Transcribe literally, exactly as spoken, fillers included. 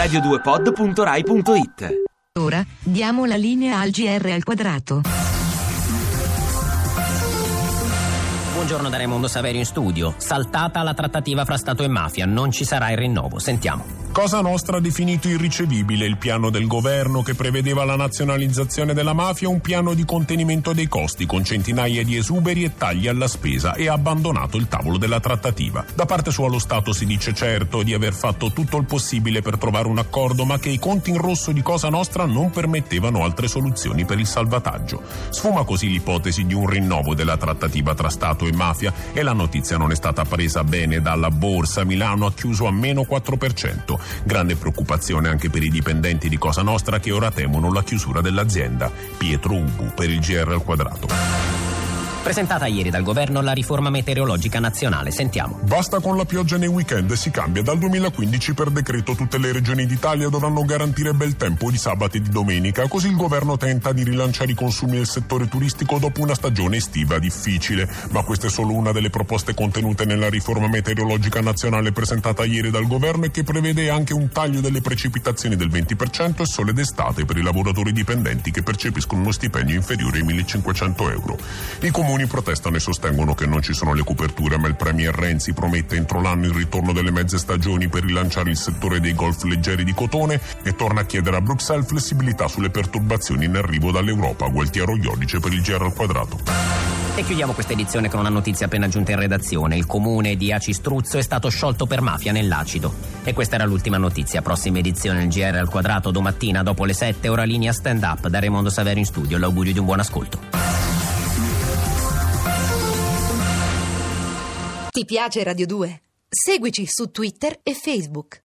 radio due pod punto rai punto it. Ora diamo la linea al G R al quadrato. Buongiorno da Raimondo Saverio in studio. Saltata la trattativa fra Stato e mafia, non ci sarà il rinnovo. Sentiamo. Cosa Nostra ha definito irricevibile il piano del governo che prevedeva la nazionalizzazione della mafia, un piano di contenimento dei costi con centinaia di esuberi e tagli alla spesa, e ha abbandonato il tavolo della trattativa. Da parte sua lo Stato si dice certo di aver fatto tutto il possibile per trovare un accordo, ma che i conti in rosso di Cosa Nostra non permettevano altre soluzioni per il salvataggio. Sfuma così l'ipotesi di un rinnovo della trattativa tra Stato e mafia, e la notizia non è stata presa bene dalla borsa. Milano ha chiuso a meno quattro per cento. Grande preoccupazione anche per i dipendenti di Cosa Nostra, che ora temono la chiusura dell'azienda. Pietro Ubu per il G R al quadrato. Presentata ieri dal governo la riforma meteorologica nazionale. Sentiamo. Basta con la pioggia nei weekend e si cambia. Dal duemilaquindici per decreto tutte le regioni d'Italia dovranno garantire bel tempo di sabato e di domenica. Così il governo tenta di rilanciare i consumi del settore turistico dopo una stagione estiva difficile. Ma questa è solo una delle proposte contenute nella riforma meteorologica nazionale presentata ieri dal governo, e che prevede anche un taglio delle precipitazioni del venti per cento e sole d'estate per i lavoratori dipendenti che percepiscono uno stipendio inferiore ai millecinquecento euro. I comuni protestano e sostengono che non ci sono le coperture, ma il premier Renzi promette entro l'anno il ritorno delle mezze stagioni per rilanciare il settore dei golf leggeri di cotone, e torna a chiedere a Bruxelles flessibilità sulle perturbazioni in arrivo dall'Europa. Gualtiero Iodice per il G R al quadrato. E chiudiamo questa edizione con una notizia appena giunta in redazione. Il comune di Acistruzzo è stato sciolto per mafia nell'acido. E questa era l'ultima notizia. Prossima edizione del G R al quadrato domattina dopo le sette, ora linea stand up. Da Raimondo Saverio in studio, l'augurio di un buon ascolto. Ti piace Radio due? Seguici su Twitter e Facebook.